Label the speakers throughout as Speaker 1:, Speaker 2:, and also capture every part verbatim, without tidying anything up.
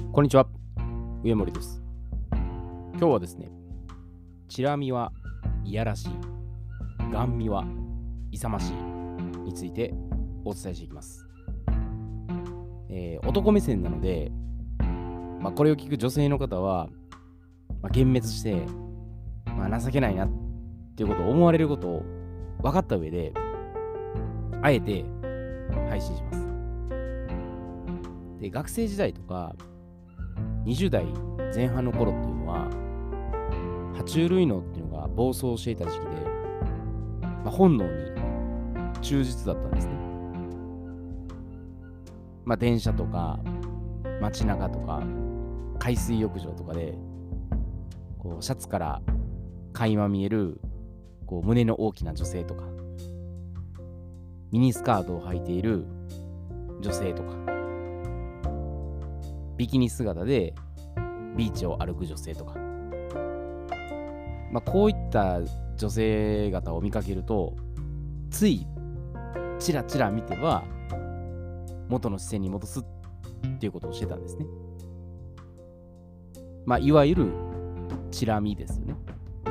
Speaker 1: こんにちは、上森です。今日はですね、チラ見はいやらしい、ガン見は勇ましいについてお伝えしていきます。えー男目線なので、まあ、これを聞く女性の方は、まあ、幻滅して、まあ、情けないなっていうことを思われることを分かった上で、あえて配信します。で、学生時代とか、にじゅう代前半の頃っていうのは、爬虫類脳っていうのが暴走していた時期で、まあ、本能に忠実だったんですね。まあ、電車とか、街中とか、海水浴場とかで、こうシャツから垣間見えるこう胸の大きな女性とか、ミニスカートを履いている女性とか、ビキニ姿でビーチを歩く女性とか、まあ、こういった女性方を見かけると、ついチラチラ見ては元の視線に戻すっていうことをしてたんですね。まあ、いわゆるチラ見ですよね。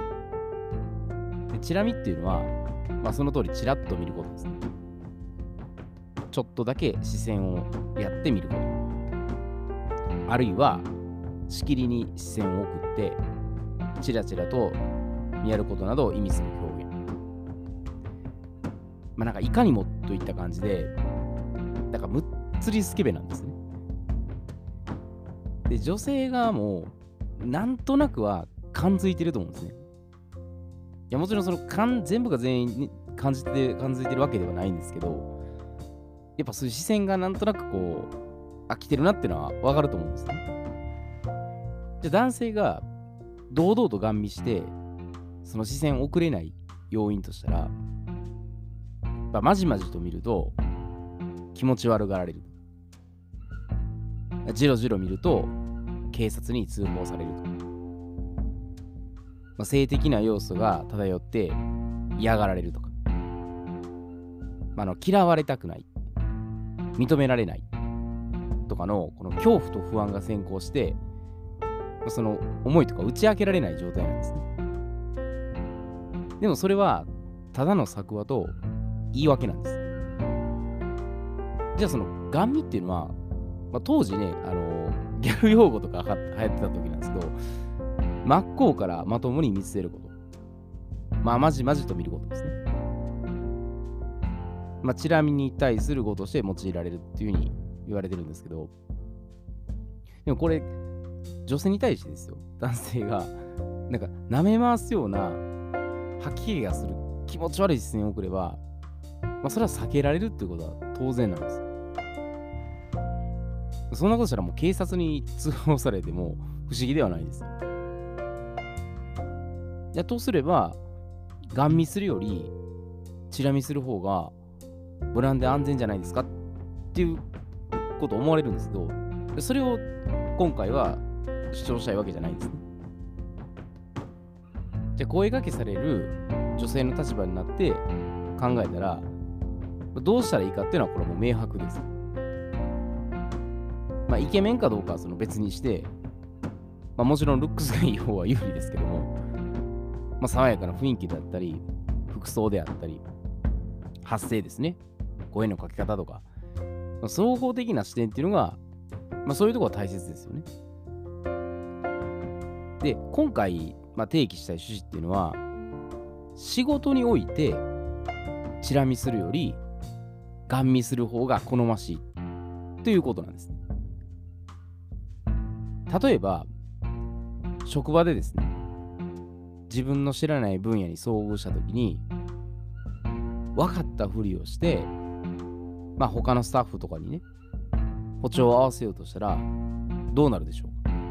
Speaker 1: でチラ見っていうのは、まあ、その通りチラッと見ることですね。ちょっとだけ視線をやってみること。あるいはしきりに視線を送ってチラチラと見やることなどを意味する表現。まあなんかいかにもといった感じで、だからむっつりスケベなんですね。で、女性側もなんとなくは感づいてると思うんですね。いや、もちろんその感全部が全員に感じて感づいてるわけではないんですけど、やっぱそういう視線がなんとなくこう飽きてるなっていうのは分かると思うんですね。じゃあ男性が堂々とガン見してその視線を送れない要因としたら、まあ、まじまじと見ると気持ち悪がられる。じろじろ見ると警察に通報されると。まあ、性的な要素が漂って嫌がられるとか、まあ、あの嫌われたくない、認められないとかのこの恐怖と不安が先行して、その思いとか打ち明けられない状態なんですね。でもそれはただの作話と言い訳なんです。じゃあそのガン見っていうのは、まあ、当時ね、あのー、ギャル用語とか流行ってた時なんですけど、真っ向からまともに見据えること。まあまじまじと見ることですね。まあチラ見に対する語として用いられるっていう風に言われてるんですけど、でもこれ女性に対してですよ、男性がなんか舐め回すような吐き気がする気持ち悪い視線を送れば、まあ、それは避けられるっていうことは当然なんです。そんなことしたらもう警察に通報されても不思議ではないですよ。じゃあとすれば、ガン見するよりチラ見する方が無難で安全じゃないですかっていうことを思われるんですけど、それを今回は主張したいわけじゃないんですね。じゃあ声掛けされる女性の立場になって考えたら、どうしたらいいかっていうのはこれもう明白です。まあイケメンかどうかはその別にして、まあ、もちろんルックスがいい方は有利ですけども、まあ、爽やかな雰囲気だったり服装であったり発声ですね、声のかけ方とか、まあ、総合的な視点っていうのが、まあ、そういうところは大切ですよね。で、今回、まあ、提起したい趣旨っていうのは、仕事においてチラ見するよりガン見する方が好ましいということなんですね。例えば職場でですね、自分の知らない分野に遭遇したときに分かったふりをして、まあ他のスタッフとかにね歩調を合わせようとしたらどうなるでしょ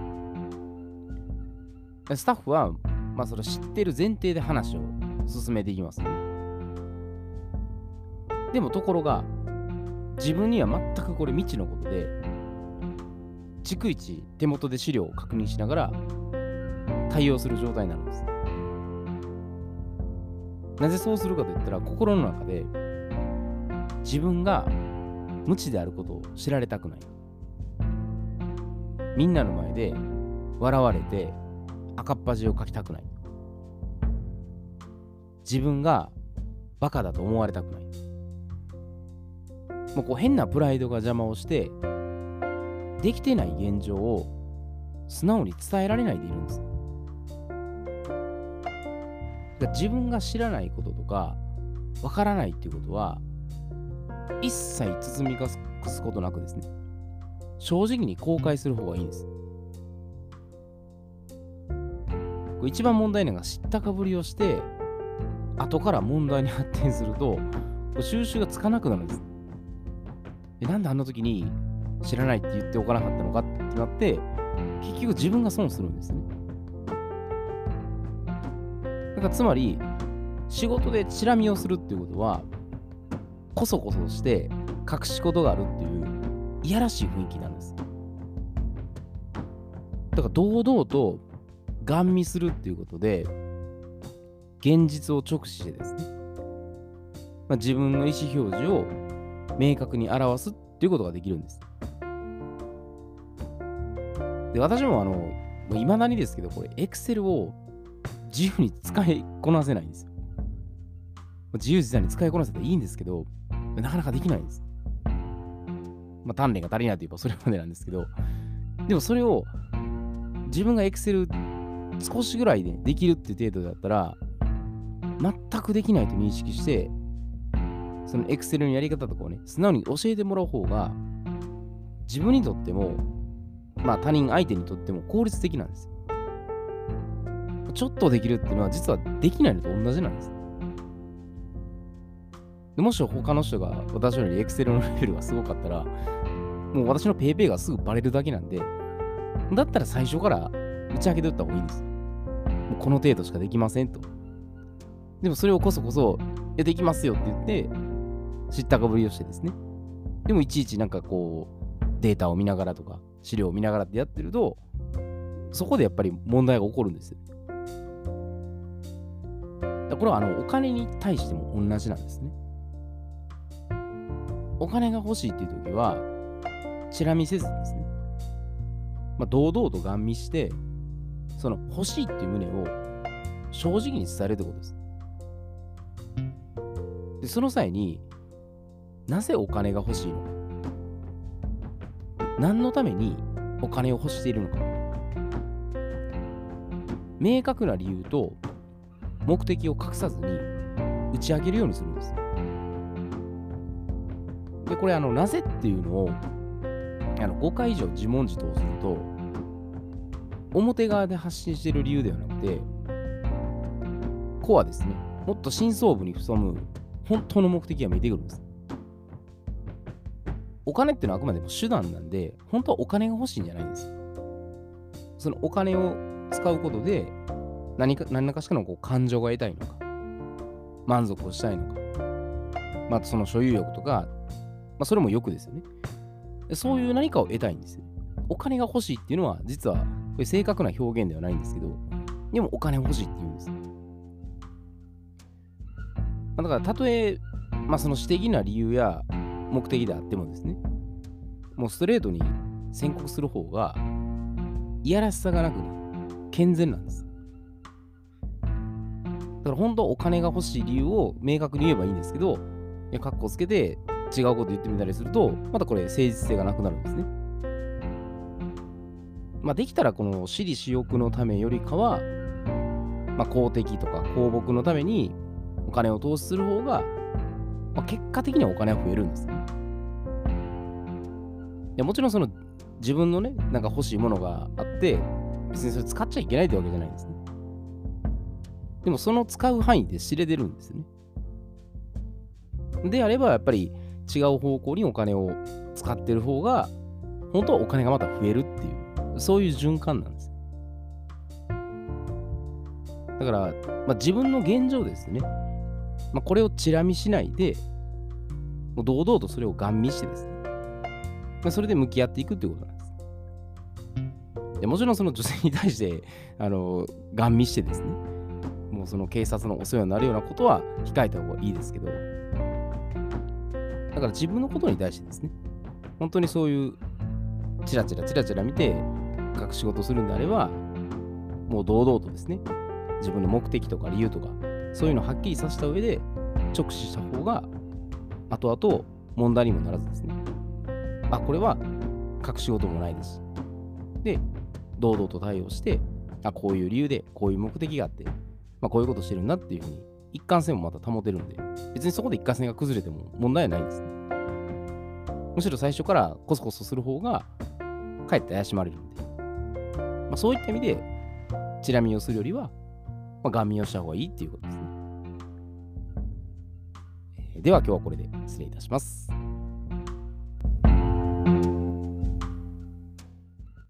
Speaker 1: うか。スタッフはまあそれ知ってる前提で話を進めていきますね。でもところが自分には全くこれ未知のことで、逐一手元で資料を確認しながら対応する状態になるんです。なぜそうするかといったら、心の中で自分が無知であることを知られたくない。 みんなの前で笑われて赤っ恥をかきたくない。自分がバカだと思われたくない。もうこう変なプライドが邪魔をして、できてない現状を素直に伝えられないでいるんです。だから自分が知らないこととかわからないっていうことは一切包み隠すことなくですね、正直に公開する方がいいんです。これ一番問題なのが知ったかぶりをして後から問題に発展すると収拾がつかなくなるんです。で、なんであんな時に知らないって言っておかなかったのかってなって結局自分が損するんですね。だからつまり仕事でチラ見をするっていうことはこそこそして隠し事があるっていういやらしい雰囲気なんです。だから堂々とガン見するっていうことで現実を直視してですね、まあ、自分の意思表示を明確に表すっていうことができるんです。で、私もあのいまだにですけどこれ Excel を自由に使いこなせないんですよ。自由自在に使いこなせたらいいんですけどなかなかできないんです。まあ鍛錬が足りないといえばそれまでなんですけど、でもそれを自分が Excel 少しぐらいでできるっていう程度だったら全くできないと認識してその Excel のやり方とかをね素直に教えてもらう方が自分にとってもまあ他人相手にとっても効率的なんですよ。ちょっとできるっていうのは実はできないのと同じなんです。でもし他の人が私より Excel のレベルがすごかったらもう私の PayPay がすぐバレるだけなんで、だったら最初から打ち明けておった方がいいんです。もうこの程度しかできませんと。でもそれをこそこそ、いやできますよって言って、知ったかぶりをしてですね。でもいちいちなんかこう、データを見ながらとか、資料を見ながらってやってると、そこでやっぱり問題が起こるんですよ。だからこれはあのお金に対しても同じなんですね。お金が欲しいっていう時は、チラ見せずですね。まあ、堂々とガン見して、その欲しいっていう旨を正直に伝えるってことです。で、その際になぜお金が欲しいのか、何のためにお金を欲しているのか、明確な理由と目的を隠さずに打ち明けるようにするんです。で、これあのなぜっていうのをあのごかい以上自問自答すると表側で発信している理由ではなくてコアですね、もっと深層部に潜む本当の目的が見えてくるんです。お金っていうのはあくまでも手段なんで本当はお金が欲しいんじゃないんです。そのお金を使うことで何か何らかしらのこう感情が得たいのか満足をしたいのか、まあその所有欲とか、まあ、それも欲ですよね。そういう何かを得たいんですよ。お金が欲しいっていうのは実はこれ正確な表現ではないんですけど、でもお金欲しいって言うんです。だからたとえ、まあ、その私的な理由や目的であってもですね、もうストレートに宣告する方がいやらしさがなくね、健全なんです。だから本当はお金が欲しい理由を明確に言えばいいんですけど、いや、カッコつけて違うこと言ってみたりすると、またこれ誠実性がなくなるんですね。まあ、できたらこの私利私欲のためよりかは、まあ、公的とか公僕のためにお金を投資する方が、まあ、結果的にはお金は増えるんです。いや、もちろんその自分のね、なんか欲しいものがあって、別にそれ使っちゃいけないってわけじゃないんですね。でもその使う範囲で知れてるんですよね。であればやっぱり違う方向にお金を使ってる方が本当はお金がまた増えるっていうそういう循環なんです。だから、まあ、自分の現状ですね、まあ、これをチラ見しないでもう堂々とそれをガン見してですね、まあ、それで向き合っていくっていうことなんです。でもちろんその女性に対してあのガン見してですね、もうその警察のお世話になるようなことは控えた方がいいですけど、だから自分のことに対してですね、本当にそういうチラチラチラチラ見て隠し事するんであれば、もう堂々とですね、自分の目的とか理由とか、そういうのをはっきりさせた上で、直視した方が、後々問題にもならずですね、あ、これは隠し事もないです。で、堂々と対応して、あ、こういう理由で、こういう目的があって、まあ、こういうことしてるんだっていうふうに、一貫性もまた保てるんで、別にそこで一貫性が崩れても問題はないんですね。むしろ最初からコソコソする方が、かえって怪しまれるんで、まあ、そういった意味で、チラ見をするよりは、まあ、ガン見をした方がいいっていうことですね。えーでは今日はこれで失礼いたします。